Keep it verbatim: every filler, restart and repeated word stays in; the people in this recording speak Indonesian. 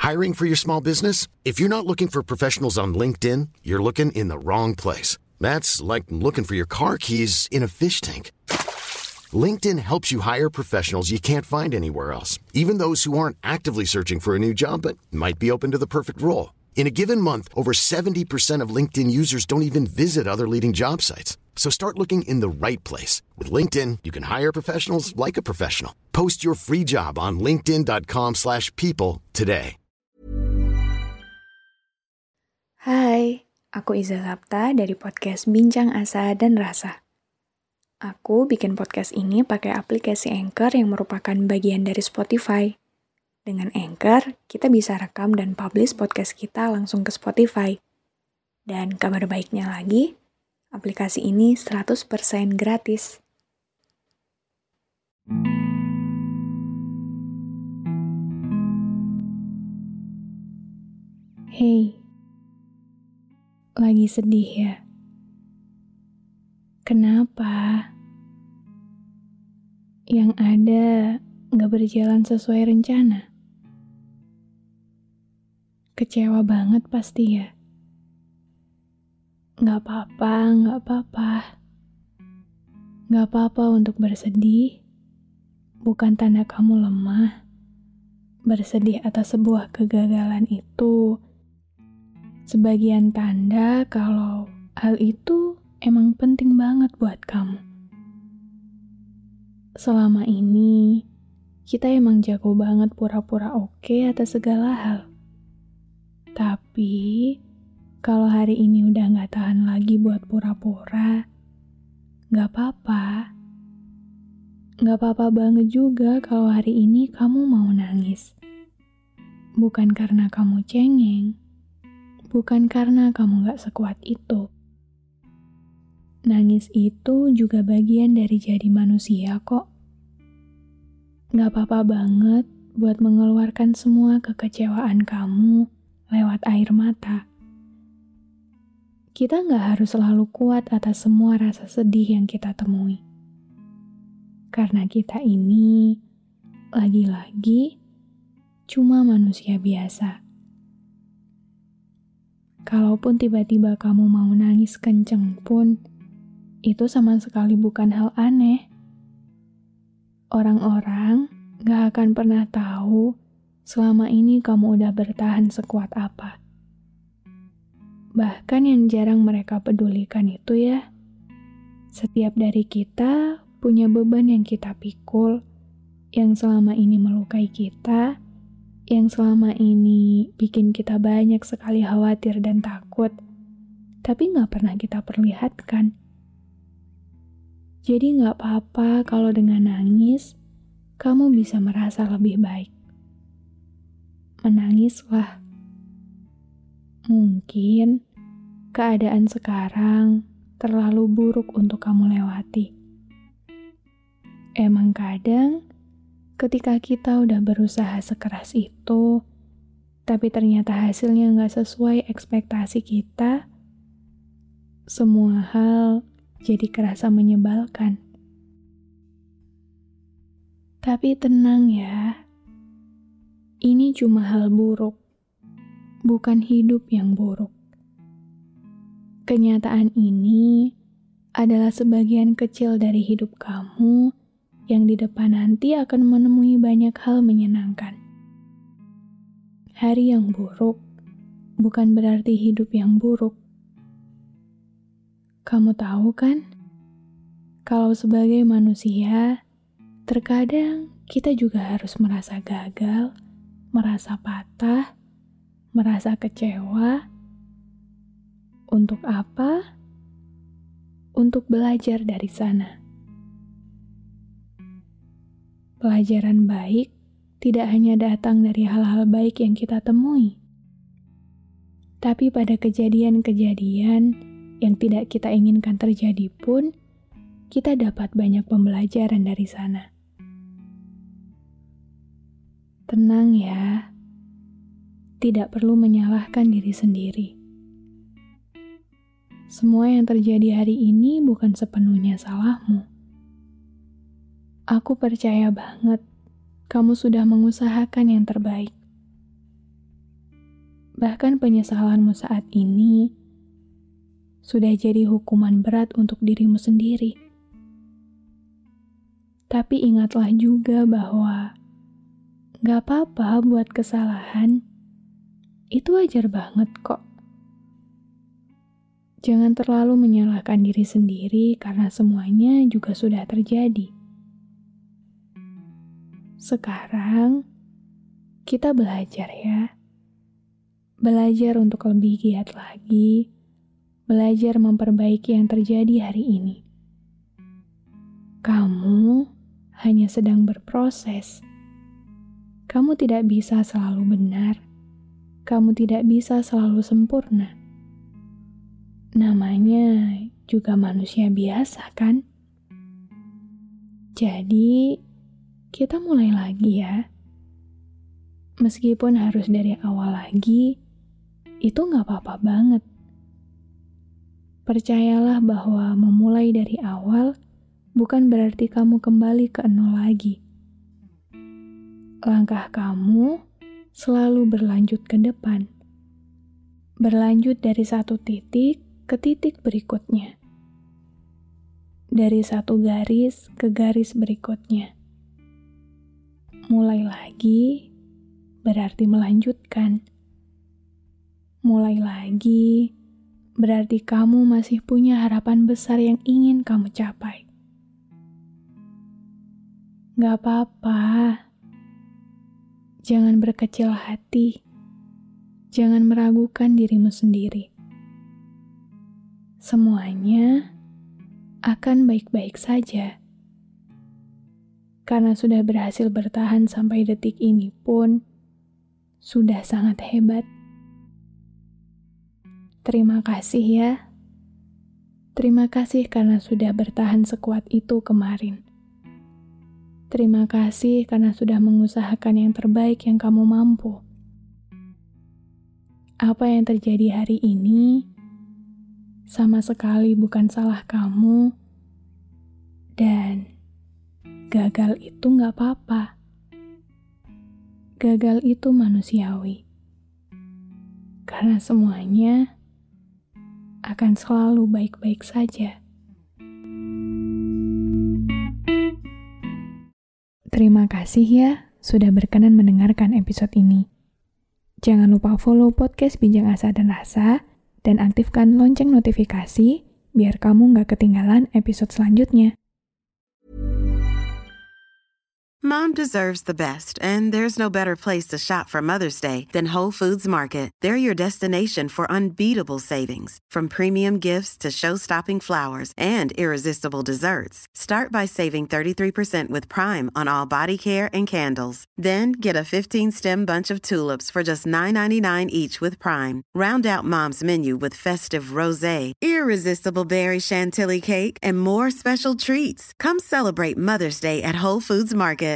Hiring for your small business? If you're not looking for professionals on LinkedIn, you're looking in the wrong place. That's like looking for your car keys in a fish tank. LinkedIn helps you hire professionals you can't find anywhere else, even those who aren't actively searching for a new job but might be open to the perfect role. In a given month, over seventy percent of LinkedIn users don't even visit other leading job sites. So start looking in the right place. With LinkedIn, you can hire professionals like a professional. Post your free job on linkedin.com slash people today. Hai, aku Iza Sapta dari podcast Bincang Asa dan Rasa. Aku bikin podcast ini pakai aplikasi Anchor yang merupakan bagian dari Spotify. Dengan Anchor, kita bisa rekam dan publish podcast kita langsung ke Spotify. Dan kabar baiknya lagi, aplikasi ini seratus persen gratis. Hey, lagi sedih ya? Kenapa? Yang ada gak berjalan sesuai rencana? Kecewa banget pasti ya? Gak apa-apa, gak apa-apa. Gak apa-apa untuk bersedih. Bukan tanda kamu lemah. Bersedih atas sebuah kegagalan itu sebagian tanda kalau hal itu emang penting banget buat kamu. Selama ini, kita emang jago banget pura-pura oke atas segala hal. Tapi, kalau hari ini udah gak tahan lagi buat pura-pura, gak apa-apa. Gak apa-apa banget juga kalau hari ini kamu mau nangis. Bukan karena kamu cengeng, bukan karena kamu gak sekuat itu. Nangis itu juga bagian dari jadi manusia kok. Gak apa-apa banget buat mengeluarkan semua kekecewaan kamu lewat air mata. Kita gak harus selalu kuat atas semua rasa sedih yang kita temui. Karena kita ini, lagi-lagi, cuma manusia biasa. Kalaupun tiba-tiba kamu mau nangis kenceng pun, itu sama sekali bukan hal aneh. Orang-orang gak akan pernah tahu selama ini kamu udah bertahan sekuat apa. Bahkan yang jarang mereka pedulikan itu ya, setiap dari kita punya beban yang kita pikul, yang selama ini melukai kita, yang selama ini bikin kita banyak sekali khawatir dan takut, tapi gak pernah kita perlihatkan. Jadi gak apa-apa kalau dengan nangis, kamu bisa merasa lebih baik. Menangislah. Mungkin keadaan sekarang terlalu buruk untuk kamu lewati. Emang kadang ketika kita udah berusaha sekeras itu, tapi ternyata hasilnya gak sesuai ekspektasi kita, semua hal jadi kerasa menyebalkan. Tapi tenang ya, ini cuma hal buruk, bukan hidup yang buruk. Kenyataan ini adalah sebagian kecil dari hidup kamu yang di depan nanti akan menemui banyak hal menyenangkan. Hari yang buruk bukan berarti hidup yang buruk. Kamu tahu kan, kalau sebagai manusia, terkadang kita juga harus merasa gagal, merasa patah, merasa kecewa. Untuk apa? Untuk belajar dari sana. Pelajaran baik tidak hanya datang dari hal-hal baik yang kita temui, tapi pada kejadian-kejadian yang tidak kita inginkan terjadi pun, kita dapat banyak pembelajaran dari sana. Tenang ya, tidak perlu menyalahkan diri sendiri. Semua yang terjadi hari ini bukan sepenuhnya salahmu. Aku percaya banget kamu sudah mengusahakan yang terbaik. Bahkan penyesalanmu saat ini sudah jadi hukuman berat untuk dirimu sendiri. Tapi ingatlah juga bahwa gak apa-apa buat kesalahan. Itu wajar banget kok. Jangan terlalu menyalahkan diri sendiri karena semuanya juga sudah terjadi. Sekarang, kita belajar ya. Belajar untuk lebih giat lagi, belajar memperbaiki yang terjadi hari ini. Kamu hanya sedang berproses. Kamu tidak bisa selalu benar. Kamu tidak bisa selalu sempurna. Namanya juga manusia biasa, kan? Jadi, kita mulai lagi ya. Meskipun harus dari awal lagi, itu gak apa-apa banget. Percayalah bahwa memulai dari awal bukan berarti kamu kembali ke nol lagi. Langkah kamu selalu berlanjut ke depan. Berlanjut dari satu titik ke titik berikutnya. Dari satu garis ke garis berikutnya. Mulai lagi berarti melanjutkan. Mulai lagi berarti kamu masih punya harapan besar yang ingin kamu capai. Gak apa-apa. Jangan berkecil hati. Jangan meragukan dirimu sendiri. Semuanya akan baik-baik saja. Karena sudah berhasil bertahan sampai detik ini pun sudah sangat hebat. Terima kasih ya. Terima kasih karena sudah bertahan sekuat itu kemarin. Terima kasih karena sudah mengusahakan yang terbaik yang kamu mampu. Apa yang terjadi hari ini sama sekali bukan salah kamu, dan gagal itu gak apa-apa. Gagal itu manusiawi. Karena semuanya akan selalu baik-baik saja. Terima kasih ya sudah berkenan mendengarkan episode ini. Jangan lupa follow podcast Bincang Asa dan Rasa dan aktifkan lonceng notifikasi biar kamu gak ketinggalan episode selanjutnya. Mom deserves the best, and there's no better place to shop for Mother's Day than Whole Foods Market. They're your destination for unbeatable savings, from premium gifts to show-stopping flowers and irresistible desserts. Start by saving thirty-three percent with Prime on all body care and candles. Then get a fifteen-stem bunch of tulips for just nine ninety-nine each with Prime. Round out Mom's menu with festive rosé, irresistible berry chantilly cake, and more special treats. Come celebrate Mother's Day at Whole Foods Market.